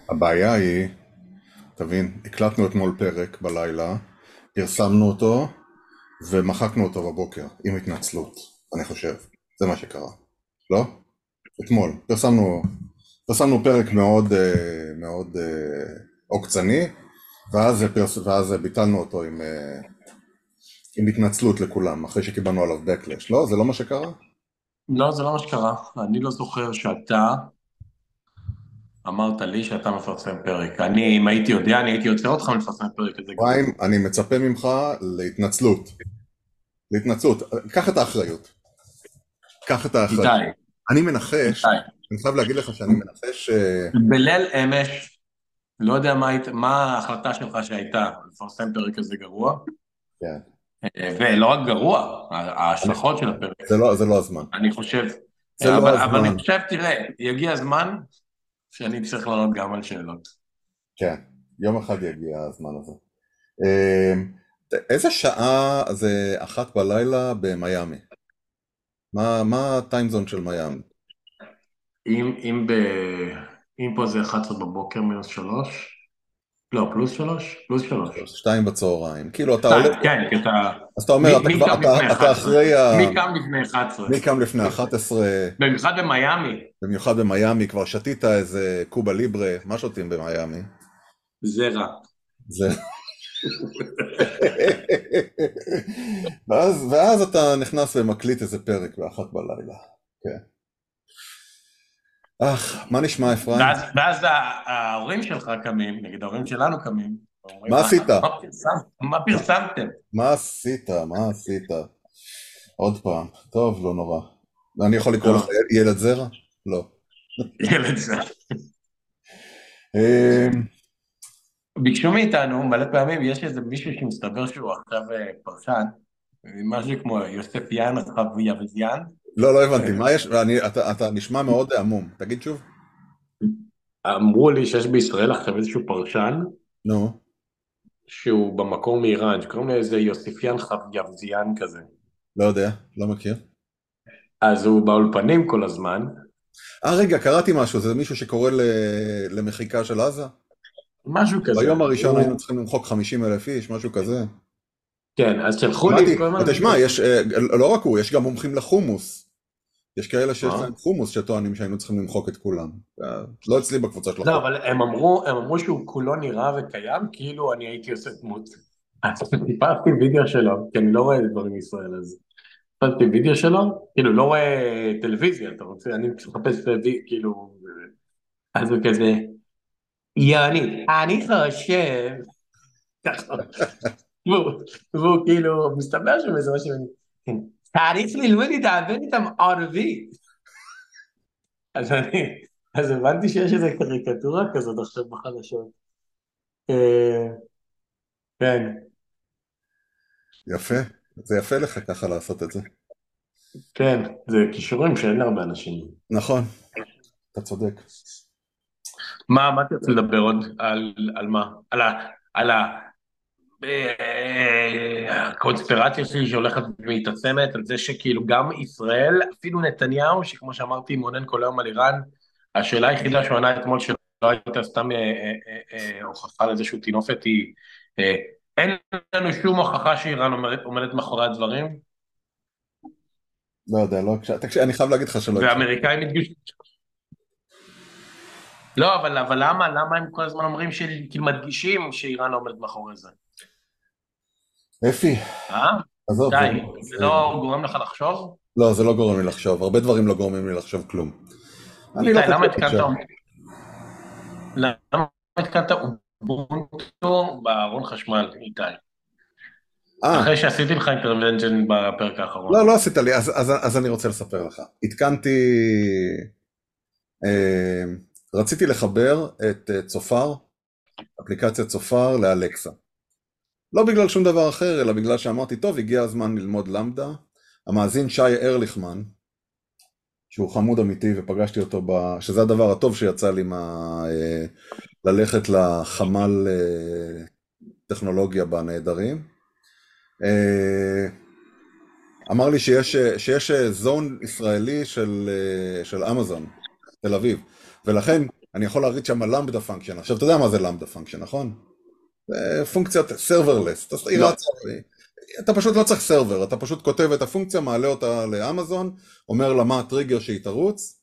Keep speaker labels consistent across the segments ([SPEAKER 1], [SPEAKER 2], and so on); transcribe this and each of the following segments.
[SPEAKER 1] הבעיה היא, תבין, הקלטנו אתמול פרק בלילה, פרסמנו אותו ומחקנו אותו בבוקר, עם התנצלות, אני חושב. זה מה שקרה. לא? אתמול. פרסמנו פרק מאוד, מאוד עוקצני, ואז ביטלנו אותו עם התנצלות לכולם, אחרי שקיבלנו עליו backlash. לא? זה לא מה שקרה?
[SPEAKER 2] לא, זה לא מה שקרה. אני לא זוכר שאתה אמרת לי שאתה מפרסם פרק. אם הייתי יודע, אני הייתי יוצא אותך מפרסם פרק כזה גרוע.
[SPEAKER 1] חיים, אני מצפה ממך להתנצלות. להתנצלות. קח את האחריות. קח את האחריות.
[SPEAKER 2] איתי,
[SPEAKER 1] אני מנחש,
[SPEAKER 2] איתי,
[SPEAKER 1] אני חייב להגיד לך שאני מנחש,
[SPEAKER 2] בליל אמש, לא יודע מה ההחלטה שלך שהייתה לפרסם פרק כזה גרוע,
[SPEAKER 1] כן,
[SPEAKER 2] ולא רק גרוע,
[SPEAKER 1] אני,
[SPEAKER 2] ההשלכות של הפרק,
[SPEAKER 1] זה לא הזמן.
[SPEAKER 2] אני חושב,
[SPEAKER 1] זה לא
[SPEAKER 2] אבל אני
[SPEAKER 1] הזמן.
[SPEAKER 2] חושב, תראה, יגיע הזמן שאני צריך לענות גם על שאלות.
[SPEAKER 1] כן, יום אחד יגיע הזמן הזה. איזה שעה זה 1 בלילה במיאמי? מה הטיימזון של מיאמי?
[SPEAKER 2] אם, אם, ב, אם פה זה 11 בבוקר מינוס 3, לא, פלוס 3? פלוס 3.
[SPEAKER 1] 2 בצהריים. כאילו אתה עולה,
[SPEAKER 2] שתיים, כן, כי אתה...
[SPEAKER 1] אז אתה אומר, אתה
[SPEAKER 2] מי
[SPEAKER 1] כבר,
[SPEAKER 2] קם לפני
[SPEAKER 1] אתה
[SPEAKER 2] 11?
[SPEAKER 1] אחרי
[SPEAKER 2] מי קם לפני 11?
[SPEAKER 1] מי קם לפני 11,
[SPEAKER 2] במיוחד במיאמי,
[SPEAKER 1] במיוחד במיאמי, כבר שתית איזה קובה ליברה, מה שותים במיאמי?
[SPEAKER 2] זה רע.
[SPEAKER 1] זה... ואז אתה נכנס ומקליט איזה פרק ב1 בלילה. כן. מה נשמע אפרים?
[SPEAKER 2] ואז ההורים שלך קמים, נגיד ההורים שלנו קמים, ואומרים,
[SPEAKER 1] מה עשית?
[SPEAKER 2] מה פרסמתם?
[SPEAKER 1] מה עשית? מה עשית? עוד פעם. טוב, לא נורא. אני יכול לקרוא לך
[SPEAKER 2] טוב,
[SPEAKER 1] ילד זרע? לא.
[SPEAKER 2] ילד זה.
[SPEAKER 1] אמ,
[SPEAKER 2] ביקשו מאיתנו מלא פעמים, יש איזה מישהו שמסתבר שהוא עכשיו פרשן, משהו כמו יוספיאן חביביאן.
[SPEAKER 1] לא הבנתי. מה יש? אתה נשמע מאוד עמום. תגיד שוב.
[SPEAKER 2] אמרו לי שיש בישראל עכשיו איזשהו פרשן,
[SPEAKER 1] נו.
[SPEAKER 2] שהוא במקור מאיראן, שקוראים לו איזה יוסיפיאן חביביאן כזה.
[SPEAKER 1] לא יודע. לא מכיר.
[SPEAKER 2] אז הוא באולפנים כל הזמן,
[SPEAKER 1] רגע, קראתי משהו. זה מישהו שקורא למחיקה של עזה?
[SPEAKER 2] משהו כזה.
[SPEAKER 1] ביום הראשון היינו צריכים למחוק 50,000 איש, משהו כזה.
[SPEAKER 2] כן, אז שלחו לי
[SPEAKER 1] שמעתי,
[SPEAKER 2] כל הזמן,
[SPEAKER 1] ותשמע, לא רק הוא, יש גם מומחים לחומוס. יש כאלה שיש להם חומוס שטוענים שהיינו צריכים למחוק את כולם. לא אצלי בקבוצה של
[SPEAKER 2] לא,
[SPEAKER 1] החוק.
[SPEAKER 2] אבל הם אמרו שהוא כולו נראה וקיים, כאילו אני הייתי עושה דמות. אז טיפסתי וידאו שלו, כי אני לא רואה דברים מישראל, אז טיפסתי וידאו שלו, כאילו לא רואה טלוויזיה, אתה רוצה, אני מחפש כאילו, אז הוא כזה, יוני, אני חושב, ככה, והוא והוא כאילו, מסתבר שם איזה משהו, כן, צריך ללמוד לדבר איתם ערבית. אז אני, אז הבנתי שיש איזו קריקטורה כזאת עכשיו בחדשות. אה, כן,
[SPEAKER 1] יפה. זה יפה לך ככה לעשות את זה.
[SPEAKER 2] כן, זה כישורים שאין להרבה אנשים.
[SPEAKER 1] נכון, אתה צודק.
[SPEAKER 2] מה אתה רוצה לדבר עוד? על מה? הקונספירציה שלי שהולכת ומתעצמת, על זה שכאילו גם ישראל, אפילו נתניהו, שכמו שאמרתי, מונן כל היום על איראן, השאלה היחידה שהוא ענה אתמול שלא הייתה סתם הוכחה לזה שהוא טינופת היא, אה, אין לנו שום הוכחה שאיראן עומדת מאחורי הדברים,
[SPEAKER 1] לא יודע, לא הקשבתי. תקשיב, אני חייב להגיד לך שלא הקשבתי.
[SPEAKER 2] והאמריקאים הדגישו, לא, אבל למה הם כל הזמן אומרים כאילו מדגישים שאיראן עומדת מאחורי זה?
[SPEAKER 1] אפי,
[SPEAKER 2] אה?
[SPEAKER 1] עזוב,
[SPEAKER 2] די, זה לא גורם לך לחשוב?
[SPEAKER 1] זה לא גורם לי לחשוב. הרבה דברים לא גורמים לי לחשוב כלום. אני
[SPEAKER 2] איתי,
[SPEAKER 1] לא חושב עכשיו.
[SPEAKER 2] למה התקנת אובונטו בארון חשמל, איתי?
[SPEAKER 1] אה,
[SPEAKER 2] אחרי שעשיתי לך אינטרוונג'ן בפרק האחרון.
[SPEAKER 1] לא עשית לי, אז אני רוצה לספר לך. אה, רציתי לחבר את צופר, אפליקציית צופר, לאלקסה. לא בגלל שום דבר אחר, אלא בגלל שאמרתי, טוב, הגיע הזמן ללמוד למדה. המאזין שי ארליכמן, שהוא חמוד אמיתי, ופגשתי אותו שזה הדבר הטוב שיצא לי ללכת לחמ"ל טכנולוגיה בנהדרים. אמר לי שיש זון ישראלי של אמזון, תל אביב, ולכן אני יכול להריץ שם למדה פונקשן. עכשיו, אתה יודע מה זה למדה פונקשן, נכון? זה פונקציית סרברלס.
[SPEAKER 2] לא.
[SPEAKER 1] אתה פשוט לא צריך סרבר, אתה פשוט כותב את הפונקציה, מעלה אותה לאמזון, אומר לה מה הטריגר שהיא תרוץ.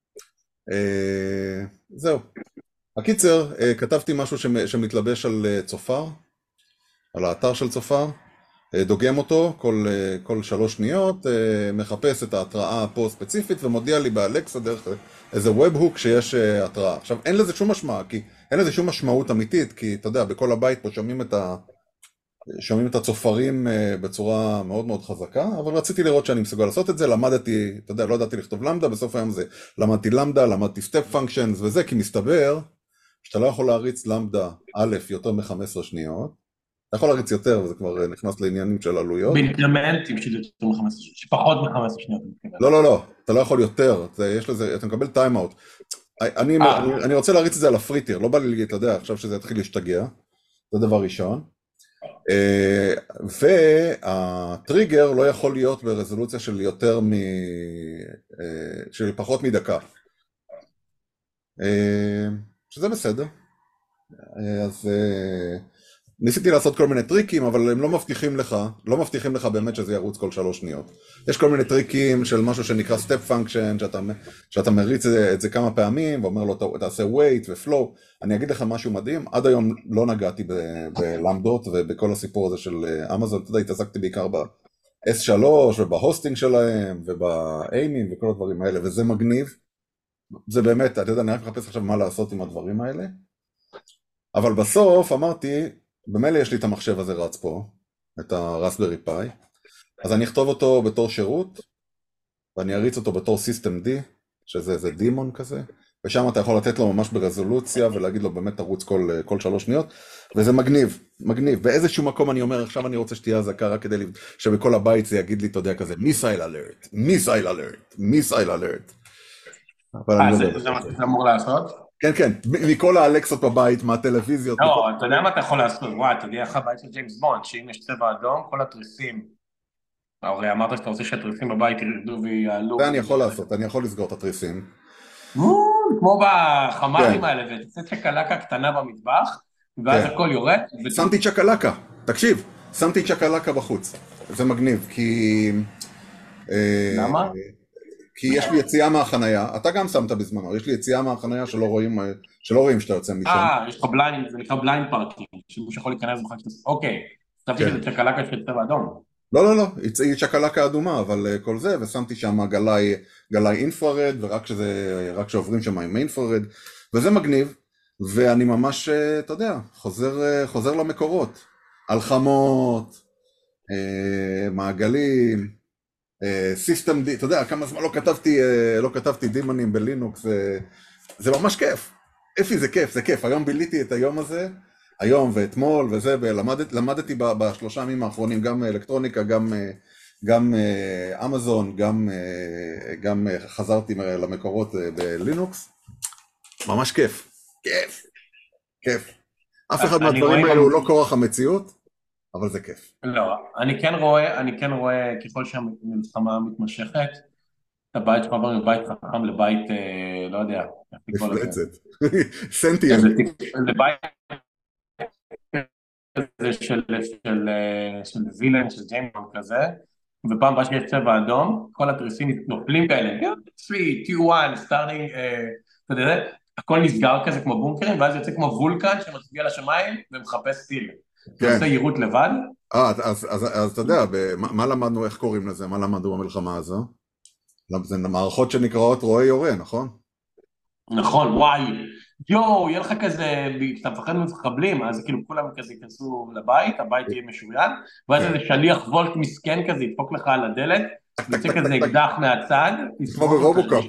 [SPEAKER 1] זהו. הקיצר, כתבתי משהו שמתלבש על צופר, על האתר של צופר, דוגם אותו כל 3 שניות, מחפש את ההתראה פה ספציפית ומודיע לי באלקסה דרך איזה ובהוק שיש התראה. עכשיו, אין לזה שום אין לזה שום משמעות אמיתית, כי אתה יודע, בכל הבית פה שומעים את הצופרים בצורה מאוד מאוד חזקה, אבל רציתי לראות שאני מסוגל לעשות את זה, למדתי, אתה יודע, לא ידעתי לכתוב למדה, בסוף היום זה למדתי למדה, למדתי סטפ פונקשנס וזה, כי מסתבר שאתה לא יכול להריץ למדה א' יותר מ-15 שניות, אתה יכול להריץ יותר, וזה כבר נכנס לעניינים של עלויות.
[SPEAKER 2] באינקרמנטים של יותר מ-15, שפחות מ-15 שניות.
[SPEAKER 1] לא, אתה לא יכול יותר, אתה מקבל טיים-אאוט. אני רוצה להריץ את זה על הפריטיר, לא בא לי, אתה יודע, עכשיו שזה יתחיל להשתגע, זה דבר ראשון. והטריגר לא יכול להיות ברזולוציה של של פחות מדקה. שזה בסדר. אז ניסיתי לעשות כל מיני טריקים, אבל הם לא מבטיחים לך באמת שזה ירוץ כל 3 שניות. יש כל מיני טריקים של משהו שנקרא step function, שאתה מריץ את זה כמה פעמים, ואומר לו תעשה wait ו-flow. אני אגיד לך משהו מדהים, עד היום לא נגעתי בלמדות ובכל הסיפור הזה של אמזון, אתה יודע, התעסקתי בעיקר ב-S3 ובהוסטינג שלהם ובאיימים וכל הדברים האלה, וזה מגניב. זה באמת, אתה יודע, אני רק מחפש עכשיו מה לעשות עם הדברים האלה. אבל בסוף אמרתי, במילא יש לי את המחשב הזה רץ פה, את הרסברי פאי, אז אני אכתוב אותו בתור שירות, ואני אריץ אותו בתור System D, שזה איזה דימון כזה, ושם אתה יכול לתת לו ממש ברזולוציה, ולהגיד לו באמת תרוץ כל 3 שניות, וזה מגניב. באיזשהו מקום אני אומר, עכשיו אני רוצה שתהיה הזקה, רק כדי שבכל הבית זה יגיד לי, אתה יודע, כזה, מיסייל אלרט.
[SPEAKER 2] זה מה שאתה אמור לעשות?
[SPEAKER 1] כן, מכל האלקסות בבית, מהטלוויזיות.
[SPEAKER 2] לא, אתה יודע מה אתה יכול לעשות? וואי, אתה יודע איך הבית של ג'יימס בונד, שאם יש צבע אדום, כל התריסים, הרי אמרת שאתה רוצה שהתריסים בבית ירדו ויעלו.
[SPEAKER 1] זה אני יכול לעשות, אני יכול לסגור את התריסים.
[SPEAKER 2] כמו בחמרים האלה, ותעשה צ'קלקה קטנה במטבח, ואז הכל יורד.
[SPEAKER 1] שמתי צ'קלקה, תקשיב, שמתי צ'קלקה בחוץ. זה מגניב, כי...
[SPEAKER 2] למה?
[SPEAKER 1] כי יש לי יציאה מהחנייה, אתה גם שמת בזמנו, יש לי יציאה מהחנייה שלא רואים שאתה יוצא משם.
[SPEAKER 2] יש לך בליינד, זה נקרא בליינד פארקינג, שמישהו יכול להיכנס בך, אוקיי, חשבתי שזה צ'קלקה של צבע אדום.
[SPEAKER 1] לא, היא צ'קלקה אדומה, אבל כל זה, ושמתי שם גלאי אינפרד, ורק שעוברים שם עם אינפרד, וזה מגניב, ואני ממש, אתה יודע, חוזר למקורות, הלחמות, מעגלים, סיסטם די, אתה יודע, כמה זמן לא כתבתי דימונים בלינוקס, זה ממש כיף, אפי זה כיף, היום ביליתי את היום הזה, היום ואתמול וזה, ולמדתי ב3 ימים האחרונים גם אלקטרוניקה, גם אמזון, גם חזרתי למקורות בלינוקס, ממש כיף. אף אחד מהדברים האלו הוא לא כורח המציאות, אבל זה כיף.
[SPEAKER 2] לא, אני כן רואה ככל שהמלחמה מתמשכת, את הבית שלך עבר מבית חכם לבית, לא יודע,
[SPEAKER 1] מפלצת, סנטיאל.
[SPEAKER 2] לבית של וילן, של ג'יימבון כזה, ופעם הבאה שיש צבע אדום, כל התריסים נופלים כאלה, 3, 2, 1, סטארטינג, אתה יודע, הכל נסגר כזה כמו בונקרים, ואז יוצא כמו וולקן שמצביע לשמיים ומחפש טיל. זה עושה יירוט לבד.
[SPEAKER 1] אז אתה יודע, מה למדנו, איך קוראים לזה, מה למדנו במלחמה הזו? זה מערכות שנקראות רואה יורה, נכון?
[SPEAKER 2] נכון, וואי. יואו, יהיה לך כזה, כשאתה מפחד מחבלים, אז כאילו כולם כזה ייכנסו לבית, הבית יהיה משוריין, ואז איזה שליח וולט מסכן כזה, ידפוק לך על הדלת, יוצא כזה אקדח מהצד,
[SPEAKER 1] כמו ברובוקופ.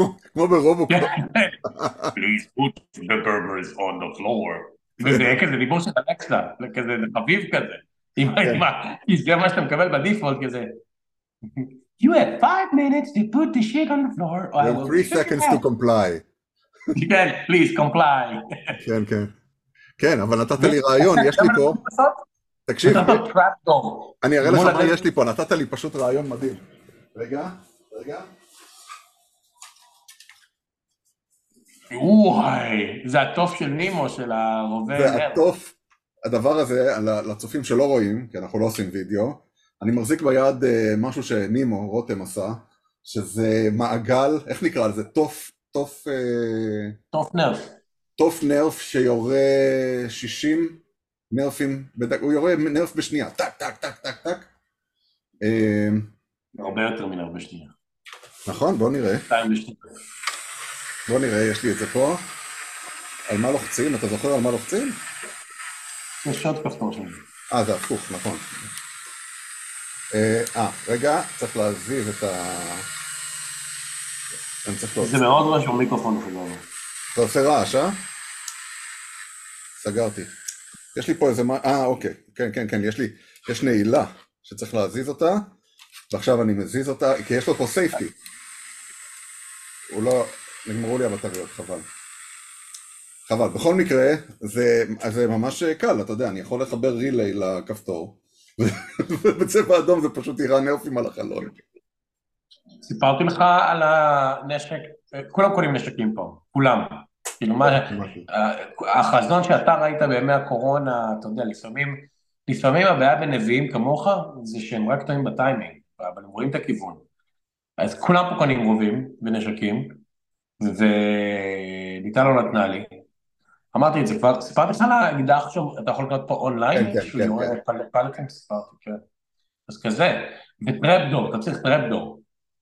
[SPEAKER 2] Please put the burgers on the floor. וזה יהיה כזה דיבור של אלקסה, כזה חביב כזה, כי זה מה שאתה מקבל בדיפולט כזה. You have 5 minutes to put the shit on the floor, or I will
[SPEAKER 1] 3 seconds to comply.
[SPEAKER 2] כן, please comply.
[SPEAKER 1] כן, אבל נתת לי רעיון, יש לי פה, תקשיב, אני אראה לך מה יש לי פה, נתת לי פשוט רעיון מדהים. רגע.
[SPEAKER 2] וואי, זה התוף של נימו, של הרובה נר.
[SPEAKER 1] והטוף, הדבר הזה, לצופים שלא רואים, כי אנחנו לא עושים וידאו, אני מחזיק ביד משהו שנימו, רותם עשה, שזה מעגל, איך נקרא לזה?
[SPEAKER 2] תוף נרף.
[SPEAKER 1] טוף נרף שיורה 60 נרפים, הוא יורה נרף בשנייה, טק, טק, טק, טק, טק. אה,
[SPEAKER 2] הרבה יותר מנר בשנייה.
[SPEAKER 1] נכון, בוא נראה.
[SPEAKER 2] 2 בשנייה.
[SPEAKER 1] בוא נראה, יש לי את זה פה. על מה לוחצים? אתה זוכר על מה לוחצים?
[SPEAKER 2] יש עוד כפתור שם.
[SPEAKER 1] זה הפוך, נכון. רגע, צריך להזיז את ה... אני צריך
[SPEAKER 2] זה
[SPEAKER 1] להוציא.
[SPEAKER 2] מאוד רשום מיקרופון חזרנו.
[SPEAKER 1] אתה עושה רעש, אה? סגרתי. יש לי פה איזה... אוקיי. כן, כן, כן, יש נעילה שצריך להזיז אותה, ועכשיו אני מזיז אותה, כי יש לו פה סייפטי. הוא לא... נגמרו לי הבטריות, חבל. חבל. בכל מקרה, זה ממש קל, אתה יודע, אני יכול לחבר רילי לכפתור, ובצבע אדום זה פשוט יראה נרפים על החלון.
[SPEAKER 2] סיפרתי לך על הנשק, כולם קונים נשקים פה, כולם. כאילו מה, החזון שאתה ראית בימי הקורונה, אתה יודע, לפעמים הבעיה בנביאים כמוך, זה שהם רק טועים בטיימינג, אבל הם רואים את הכיוון. אז כולם פה קונים רובים ונשקים, וליטל לא נתנה לי. אמרתי את זה כבר, סיפרתי לך על האקדח שאתה יכול לקנות פה אונליין,
[SPEAKER 1] כן, כן,
[SPEAKER 2] שהוא
[SPEAKER 1] כן,
[SPEAKER 2] יורה
[SPEAKER 1] כן.
[SPEAKER 2] פלטים, סיפרתי, כן. אז כזה, וטרפדור, אתה צריך טרפדור.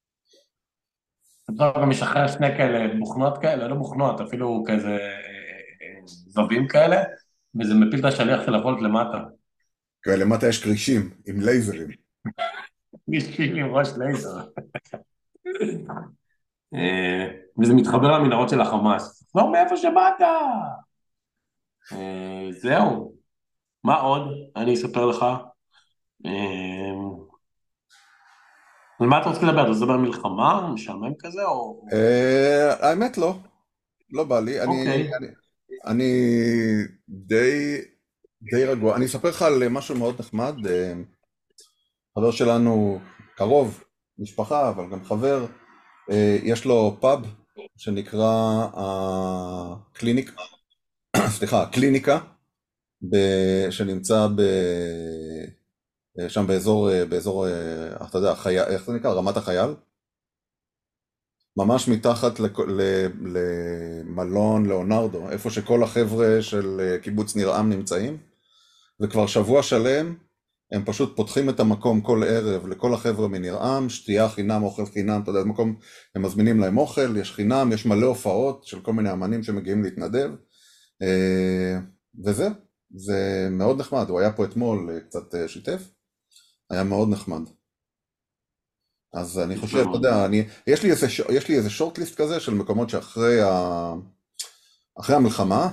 [SPEAKER 2] אתה גם משחרר שני כאלה בוכנות כאלה, לא בוכנות, אפילו כזה זווים כאלה, וזה מפיל את השליח של הוולט למטה.
[SPEAKER 1] ולמטה יש כרישים עם לייזרים.
[SPEAKER 2] בשביל עם ראש לייזר. וזה מתחבר למנהרות של החמאס. לא מאיפה שבאת! זהו. מה עוד? אני אספר לך. על מה אתה רוצה לדבר? אתה רוצה לדבר מלחמה? משעמם כזה? או...
[SPEAKER 1] האמת לא. לא בא לי.
[SPEAKER 2] אוקיי.
[SPEAKER 1] אני די רגוע. אני אספר לך על משהו מאוד נחמד. חבר שלנו קרוב, משפחה, אבל גם חבר, יש לו פאב שנקרא קליניקה, שנמצא שם באזור, אתה יודע, איך זה נקרא? רמת החייל? ממש מתחת למלון לאונרדו, איפה שכל החבר'ה של קיבוץ ניר-עם נמצאים, וכבר שבוע שלם הם פשוט פותחים את המקום כל ערב לכל החבר'ה מניר-עם, שתייה חינם, אוכל חינם, אתה יודע, מקום, הם מזמינים להם אוכל, יש חינם, יש מלא הופעות של כל מיני אמנים שמגיעים להתנדב, וזה, זה מאוד נחמד, הוא היה פה אתמול, קצת שיתף, היה מאוד נחמד. אז אני חושב, אתה יודע, יש לי איזה שורט-ליסט כזה של מקומות שאחרי המלחמה,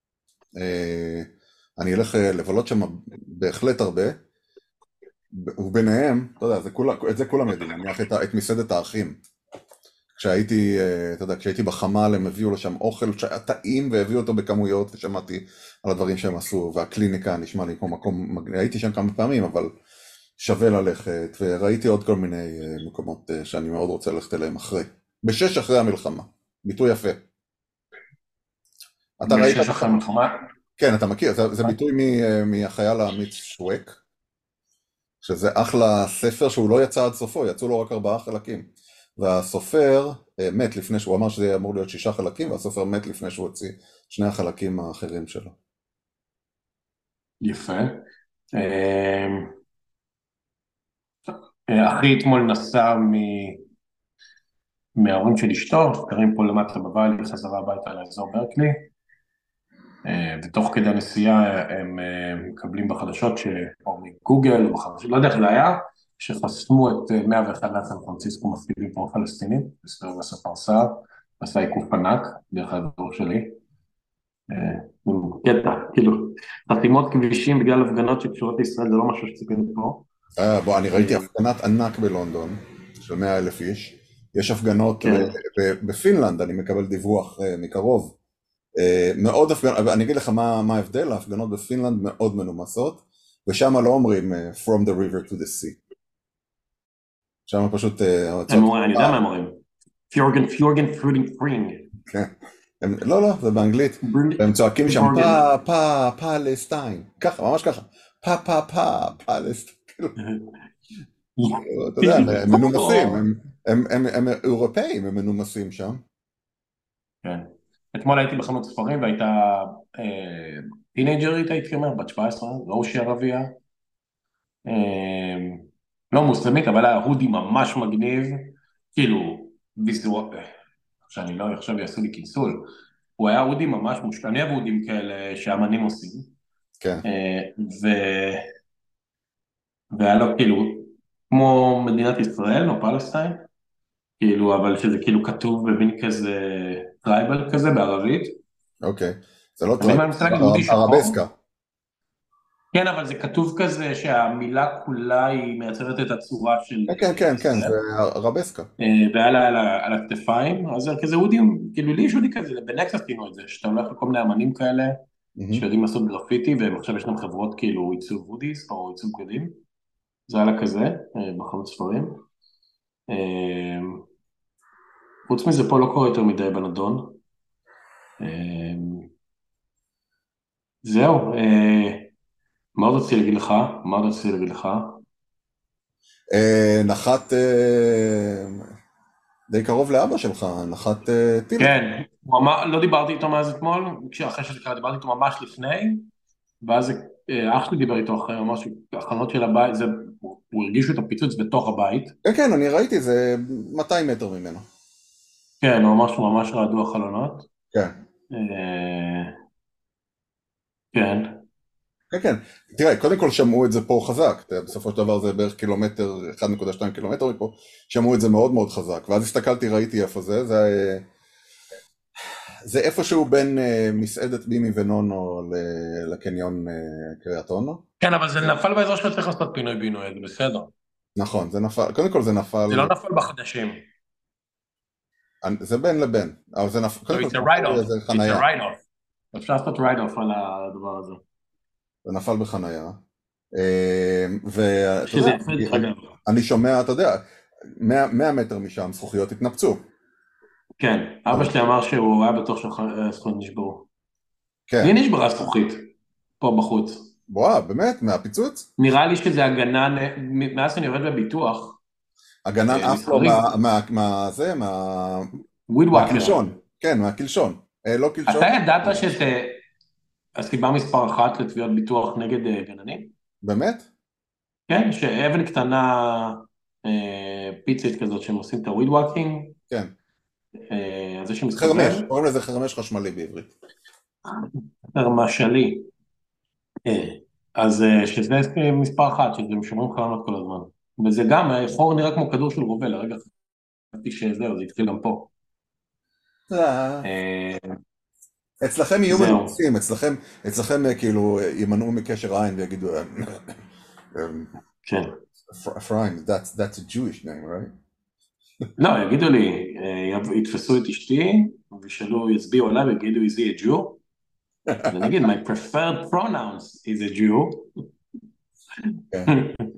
[SPEAKER 1] אני אלך לבלות שם בהחלט הרבה, וביניהם, אתה יודע, את זה כולם יודעים, אני אלך את מסעדת האחים. כשהייתי, אתה יודע, כשהייתי בחמ"ל הם הביאו לשם אוכל שהיה טעים והביאו אותו בכמויות, ושמעתי על הדברים שהם עשו, והקליניקה נשמע לי כמו מקום, הייתי שם כמה פעמים, אבל שווה ללכת, וראיתי עוד כל מיני מקומות שאני מאוד רוצה ללכת אליהם אחרי. בשש אחרי המלחמה, ביטוי יפה. אתה ראית?
[SPEAKER 2] בשש אחרי המלחמה?
[SPEAKER 1] כן, אתה מכיר, זה ביטוי מהחייל האמיץ שווק, שזה אחלה ספר שהוא לא יצא עד סופו, יצאו לו רק 4 חלקים. והסופר מת לפני שהוא אמר שזה אמור להיות 6 חלקים, והסופר מת לפני שהוא הוציא 2 החלקים האחרים שלו.
[SPEAKER 2] יפה. אחי אתמול נסע מההורים של אשתו, גרים פה למטה בבית, חזרה הביתה לאזור ברקלי, ותוך כדי הנסיעה הם מקבלים בחדשות, או מגוגל, או בחדשות, לא יודע איך זה היה, שחסמו את 101 לסן פרנסיסקו מפעילים פה פלסטינים, בסדר בספרסה, עשה עיקוף ענק, דרך הדור שלי. קטע, כאילו, חסימות כבישים בגלל הפגנות שקשורות לישראל, זה לא משהו שציפינו פה.
[SPEAKER 1] אני ראיתי הפגנת ענק בלונדון, של 100,000 איש. יש הפגנות בפינלנד, אני מקבל דיווח מקרוב. מאוד הפגנות, אני אגיד לך מה ההבדל, ההפגנות בפינלנד מאוד מנומסות, ושם לא אומרים from the river to the sea. שם פשוט...
[SPEAKER 2] אני יודע מה הם אומרים. פיורגן פרודינג פרינג.
[SPEAKER 1] כן, לא, לא, זה באנגלית. והם צועקים שם
[SPEAKER 2] בורגן.
[SPEAKER 1] פלסטיין. ככה, ממש ככה. פלסטיין. אתה יודע, הם מנומסים, הם אירופאים, הם מנומסים שם.
[SPEAKER 2] כן. אתמול הייתי בחנות ספרים והייתה טינג'רית, הייתי אומר, בת 17, לא שהיא ערבייה. אה, לא מוסלמית, אבל היה הודי ממש מגניב, כאילו, ויזואל, שאני לא עכשיו יעשו לי קיצול, הוא היה הודי ממש מושקע, אני אוהב הודים כאלה שאמנים עושים,
[SPEAKER 1] כן.
[SPEAKER 2] אה, ו... והיה לו כאילו, כמו מדינת ישראל או פלסטיין, כאילו, אבל שזה כאילו כתוב במין כזה טרייבל כזה בערבית,
[SPEAKER 1] אוקיי. זה לא
[SPEAKER 2] אני
[SPEAKER 1] טרייב,
[SPEAKER 2] מנסה
[SPEAKER 1] זה
[SPEAKER 2] להגיד הודי
[SPEAKER 1] ערבסקה.
[SPEAKER 2] שחור, כן, אבל זה כתוב כזה שהמילה כולה היא מייצרת את הצורה של
[SPEAKER 1] כן, כן, כן, כן, זה
[SPEAKER 2] ישראל.
[SPEAKER 1] ערבסקה.
[SPEAKER 2] ועל על הכתפיים, אז זה כזה הודים, כאילו לי יש הודי כזה, בנקס עשינו את זה, שאתה הולך לכל מיני אמנים כאלה,
[SPEAKER 1] מהמם.
[SPEAKER 2] שיודעים לעשות גרפיטי, ועכשיו יש להם חברות כאילו עיצוב הודיס, או עיצוב בגדים, זה היה כזה, בחנות ספרים. אה, חוץ מזה פה לא קורה יותר מדי בנדון. אה, זהו, מה עוד רציתי להגיד לך? מה עוד רציתי להגיד לך?
[SPEAKER 1] נחת די קרוב לאבא שלך, נחת טיל.
[SPEAKER 2] כן, הוא אמר, לא דיברתי איתו מאז אתמול, אחרי שזה קרה, דיברתי איתו ממש לפני, ואז אח שלי דיבר איתו אחרי, ממש הכנות של הבית, הוא הרגיש את הפיצוץ בתוך הבית,
[SPEAKER 1] כן, כן, אני ראיתי, זה 200 מטר ממנו.
[SPEAKER 2] כן, הוא ממש רעדו החלונות,
[SPEAKER 1] כן.
[SPEAKER 2] אה, כן,
[SPEAKER 1] כן, כן. תראה, קודם כל שמעו את זה פה חזק, בסופו של דבר זה בערך קילומטר, 1.2 קילומטר מפה, שמעו את זה מאוד מאוד חזק, ואז הסתכלתי, ראיתי איפה זה, זה איפשהו בין מסעדת בימי ונונו לקניון קריית אונו.
[SPEAKER 2] כן, אבל זה נפל באזור שאתה צריך לעשות פינוי-בינוי, זה בסדר,
[SPEAKER 1] נכון, זה נפל, קודם כל זה
[SPEAKER 2] זה לא
[SPEAKER 1] נפל,
[SPEAKER 2] נפל בחדשים,
[SPEAKER 1] זה בין לבין, אבל זה נפל,
[SPEAKER 2] so
[SPEAKER 1] קודם כל
[SPEAKER 2] it's
[SPEAKER 1] זה
[SPEAKER 2] a
[SPEAKER 1] נפל
[SPEAKER 2] write-off,
[SPEAKER 1] באיזה
[SPEAKER 2] it's a
[SPEAKER 1] חנייה,
[SPEAKER 2] write-off, אפשר לעשות write-off על הדבר הזה,
[SPEAKER 1] זה נפל בחנייה, ואתה
[SPEAKER 2] שזה
[SPEAKER 1] יודע,
[SPEAKER 2] יפה, אגב,
[SPEAKER 1] אני שומע, אתה יודע, 100 מטר משם זכוכיות התנפצו.
[SPEAKER 2] כן, אבא שלי אמר שהוא היה בטוח שהזכויות נשברו, לי
[SPEAKER 1] כן,
[SPEAKER 2] נשברה זכוכית, פה בחוץ.
[SPEAKER 1] וואו, באמת, מהפיצוץ?
[SPEAKER 2] נראה לי שזה הגנה, מאז שאני עובד בביטוח,
[SPEAKER 1] הגנן עף לו
[SPEAKER 2] מסחרי, וויד וואקר.
[SPEAKER 1] מהקלשון, כן, מהקלשון, לא
[SPEAKER 2] אתה
[SPEAKER 1] קלשון,
[SPEAKER 2] ידעת שזה הסיבה מספר אחת לתביעות ביטוח נגד גננים?
[SPEAKER 1] באמת?
[SPEAKER 2] כן, שאבן קטנה, פיצית כזאת שהם עושים את הוויד וואקינג,
[SPEAKER 1] כן,
[SPEAKER 2] זה שמסתובב,
[SPEAKER 1] חרמש, קוראים לזה חרמש חשמלי בעברית.
[SPEAKER 2] הרמשלי. אז שזה מספר אחת, שזה משומרים חלונות כל הזמן. וזה גם, חור נראה כמו כדור של רובה, לרגע חשבתי שזהו, זה התחיל גם פה. אה,
[SPEAKER 1] אצלכם יהיו
[SPEAKER 2] זהו,
[SPEAKER 1] מנומסים, אצלכם כאילו ימנעו מקשר עין ויגידו,
[SPEAKER 2] כן.
[SPEAKER 1] Ephraim, that's a Jewish name, right?
[SPEAKER 2] לא, יגידו לי, יתפסו את אשתי, וישאלו, יצביעו עליי ויגידו, is he a Jew? אז אני אגיד, my preferred pronouns is a Jew.
[SPEAKER 1] כן.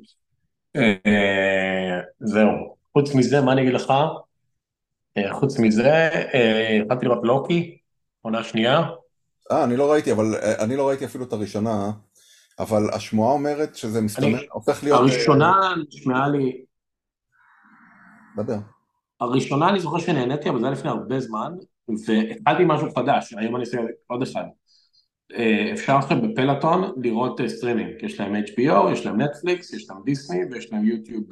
[SPEAKER 2] זהו. חוץ מזה, מה אני אגיד לך? חוץ מזה, התחלתי לראות לוקי, עונה שנייה.
[SPEAKER 1] אני לא ראיתי, אבל אני לא ראיתי אפילו את הראשונה, אבל השמועה אומרת שזה מסתמן, הופך להיות,
[SPEAKER 2] הראשונה נשמעה לי,
[SPEAKER 1] דבר.
[SPEAKER 2] הראשונה אני זוכר שנהניתי, אבל זה היה לפני הרבה זמן, והתחלתי משהו חדש, היום אני עושה עוד אחד. אפשר עכשיו בפלטון לראות סטרימינג, יש להם HBO, יש להם נטפליקס, יש להם דיסני ויש להם יוטיוב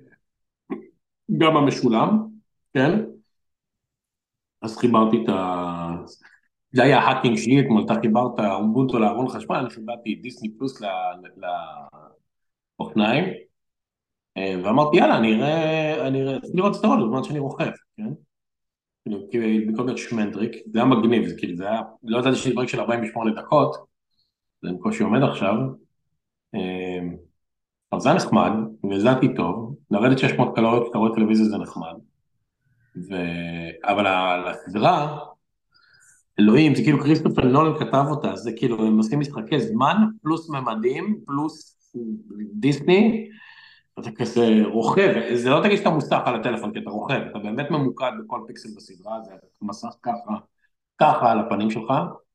[SPEAKER 2] גם המשולם, כן? אז חיברתי את ה... זה היה ההאקינג שלי, אתמול אתה חיברת אובונטו לארון חשמל, אני חיברתי דיסני פלוס לאופניים, ואמרתי יאללה, אני אראה, צריך לראות סדרות בזמן שאני רוכב, כן? כאילו, במקום להיות שמנדריק, זה היה מגניב, זה כאילו, זה היה, לא ידעתי שיש ברק של 48 דקות, זה בקושי עומד עכשיו, אבל זה היה נחמד, והזעתי טוב, לרדת 600 קלוריות כשאתה רואה טלוויזיה זה נחמד, ו... אבל הסדרה, אלוהים, זה כאילו כריסטופר נולן כתב אותה, זה כאילו, הם עושים משחקי זמן, פלוס ממדים, פלוס דיסני, אתה כזה רוכב, זה לא תגיד שאתה מוסך על הטלפון, כי אתה רוכב, אתה באמת ממוקד בכל פיקסל בסדרה, זה מסך ככה, ככה על הפנים שלך,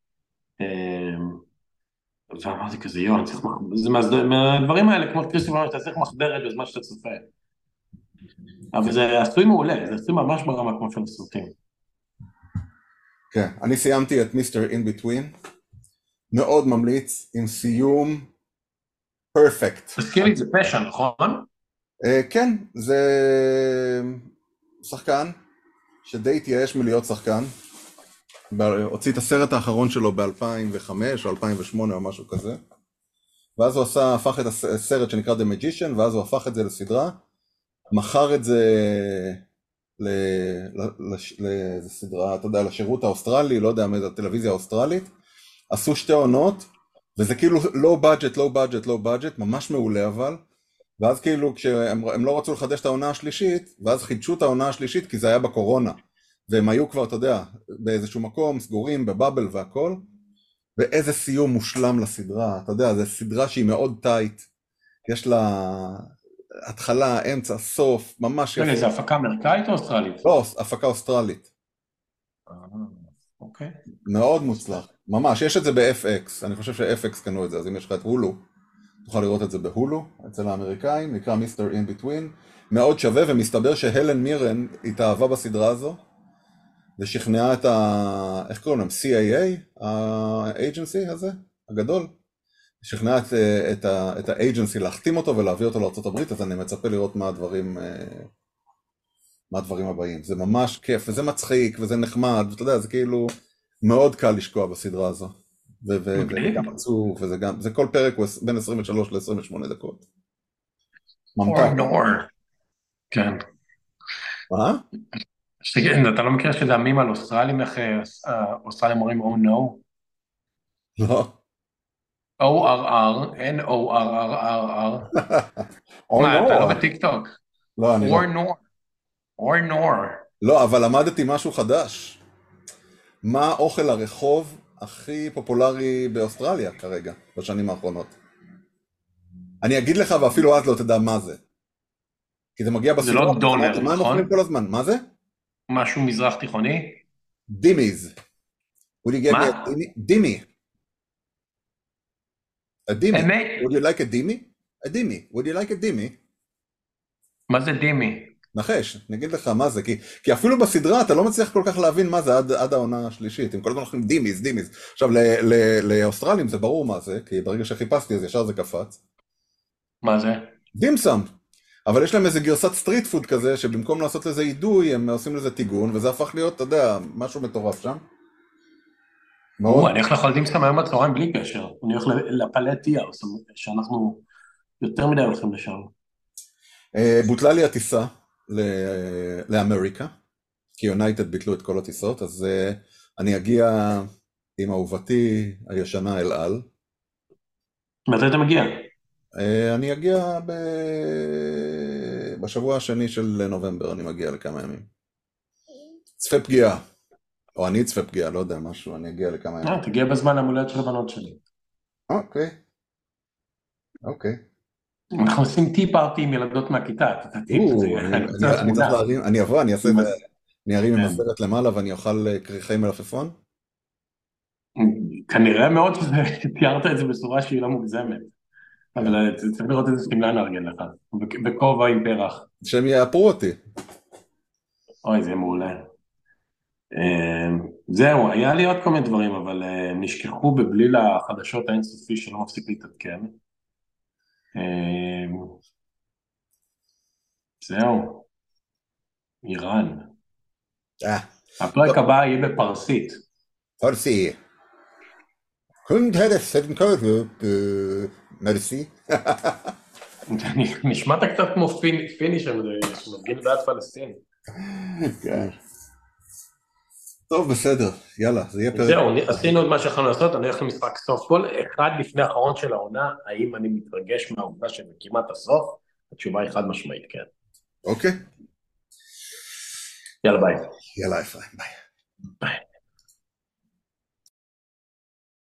[SPEAKER 2] ואמרתי כזה, יואו, אני צריך זה מהדברים האלה, כמו קריסטופר, אתה צריך מחברת בזמן שאתה צופה. אבל זה עשוי מעולה, זה עשוי ממש ברמה כמו של הסרטים.
[SPEAKER 1] כן, אני סיימתי את מיסטר אין ביטווין, מאוד ממליץ, עם סיום פרפקט.
[SPEAKER 2] תזכיר לי, זה פשע, נכון?
[SPEAKER 1] כן, זה שחקן שדי התייאש מלהיות שחקן, הוציא את הסרט האחרון שלו ב-2005 או 2008 או משהו כזה, ואז הוא הפך את הסרט שנקרא The Magician, ואז הוא הפך את זה לסדרה, מכר את זה לסדרה, אתה יודע, לשירות האוסטרלי, לא יודע, הטלוויזיה האוסטרלית, עשו 2 עונות, וזה כאילו low budget, ממש מעולה אבל, ואז כאילו כשהם לא רצו לחדש את העונה השלישית, ואז חידשו את העונה השלישית כי זה היה בקורונה, והם היו כבר, אתה יודע, באיזשהו מקום, סגורים, בבאבל והכל, ואיזה סיום מושלם לסדרה, אתה יודע, זו סדרה שהיא מאוד טייט, יש לה התחלה, אמצע, סוף, ממש יפה.
[SPEAKER 2] זה הפקה אמריקאית או אוסטרלית?
[SPEAKER 1] לא, הפקה אוסטרלית.
[SPEAKER 2] אוקיי.
[SPEAKER 1] מאוד מוצלח, ממש, יש את זה ב-FX, אני חושב ש-FX קנו את זה, אז אם יש לך את הולו, תוכל לראות את זה בהולו, אצל האמריקאים, נקרא מיסטר אין ביטווין, מאוד שווה, ומסתבר שהלן מירן התאהבה בסדרה הזו, ושכנעה את איך קוראים להם? CAA, האג'נסי הזה, הגדול, שכנעה את האג'נסי להחתים אותו ולהביא אותו לארצות הברית, אז אני מצפה לראות מה הדברים הבאים. זה ממש כיף, וזה מצחיק, וזה נחמד, ואתה יודע, זה כאילו מאוד קל לשקוע בסדרה הזו. וגם עצוב, זה כל פרק הוא בין 23 ל-28 דקות. ממתק.
[SPEAKER 2] כן.
[SPEAKER 1] מה?
[SPEAKER 2] אתה לא מכיר שזה המים על אוסטרלים, איך אוסטרלים אומרים Oh no?
[SPEAKER 1] לא.
[SPEAKER 2] O-R-R, N-O-R-R-R-R.
[SPEAKER 1] מה,
[SPEAKER 2] אתה לא בטיקטוק?
[SPEAKER 1] לא, אני לא.
[SPEAKER 2] or nor.
[SPEAKER 1] לא, אבל למדתי משהו חדש. מה אוכל הרחוב הכי פופולרי באוסטרליה כרגע, בשנים האחרונות? אני אגיד לך ואפילו אז לא תדע מה זה. כי זה מגיע בסדרה.
[SPEAKER 2] זה לא דונר, נכון?
[SPEAKER 1] מה הם אוכלים כל הזמן? מה זה?
[SPEAKER 2] משהו מזרח תיכוני?
[SPEAKER 1] דימיז.
[SPEAKER 2] מה?
[SPEAKER 1] דימי. A dimmy.
[SPEAKER 2] אמת?
[SPEAKER 1] Would you like a dimmy? A dimmy. Would you like a dimmy?
[SPEAKER 2] מה זה דימי?
[SPEAKER 1] נחש, אני אגיד לך מה זה, כי אפילו בסדרה אתה לא מצליח כל כך להבין מה זה עד העונה השלישית, הם כל הזמן הולכים דימיז. עכשיו, לאוסטרלים זה ברור מה זה, כי ברגע שחיפשתי אז ישר זה קפץ.
[SPEAKER 2] מה זה?
[SPEAKER 1] דימסם. אבל יש להם איזה גרסת סטריט פוד כזה, שבמקום לעשות לזה אידוי, הם עושים לזה טיגון, וזה הפך להיות, אתה יודע, משהו מטורף שם.
[SPEAKER 2] אני הולך לאכול דימסם היום בצהריים בלי קשר, אני הולך לפלטיה, שאנחנו יותר מדי הולכים לשם.
[SPEAKER 1] בוטלה לי הטיסה לאמריקה, כי יונייטד ביטלו את כל הטיסות, אז אני אגיע עם אהובתי הישנה אל על.
[SPEAKER 2] מתי אתה מגיע?
[SPEAKER 1] אני אגיע בשבוע השני של נובמבר, אני מגיע לכמה ימים. צפה פגיעה, או אני צפה פגיעה, לא יודע משהו, אני אגיע לכמה ימים.
[SPEAKER 2] תגיע בזמן המולדת של הבנות שלי.
[SPEAKER 1] אוקיי.
[SPEAKER 2] אנחנו עושים טי פארטי עם ילדות מהכיתה, אתה טיפ,
[SPEAKER 1] אני צריך להרים, אני אבוא, אני אעשה, אני ארים עם הסרט למעלה ואני אוכל קריחי מלפפון?
[SPEAKER 2] כנראה מאוד שתיארת את זה בצורה שהיא לא מוגזמת, אבל צריך לראות איזה סמלה נארגן לך, בכובע עם פרח.
[SPEAKER 1] שהם יאפרו אותי.
[SPEAKER 2] אוי, זה מעולה. זהו, היה לי עוד כל מיני דברים, אבל נשכחו בבליל החדשות האינסופי שלא מפסיק להתעדכן. זהו, איראן. הפרק הבא יהיה בפרסית.
[SPEAKER 1] פרסי. כונט הרסן קורו מרסי.
[SPEAKER 2] נשמעת קצת כמו פיני שמפגין בעד פלסטין.
[SPEAKER 1] כן. טוב, בסדר, יאללה, זה יהיה פרק.
[SPEAKER 2] זהו, עשינו את מה שיכולנו לעשות, אני הולך למשחק סופטבול, אחד לפני האחרון של העונה, האם אני מתרגש מהעובדה שזה כמעט הסוף? התשובה היא חד משמעית, כן.
[SPEAKER 1] אוקיי.
[SPEAKER 2] יאללה, ביי.
[SPEAKER 1] יאללה, אפרים, ביי.
[SPEAKER 2] ביי.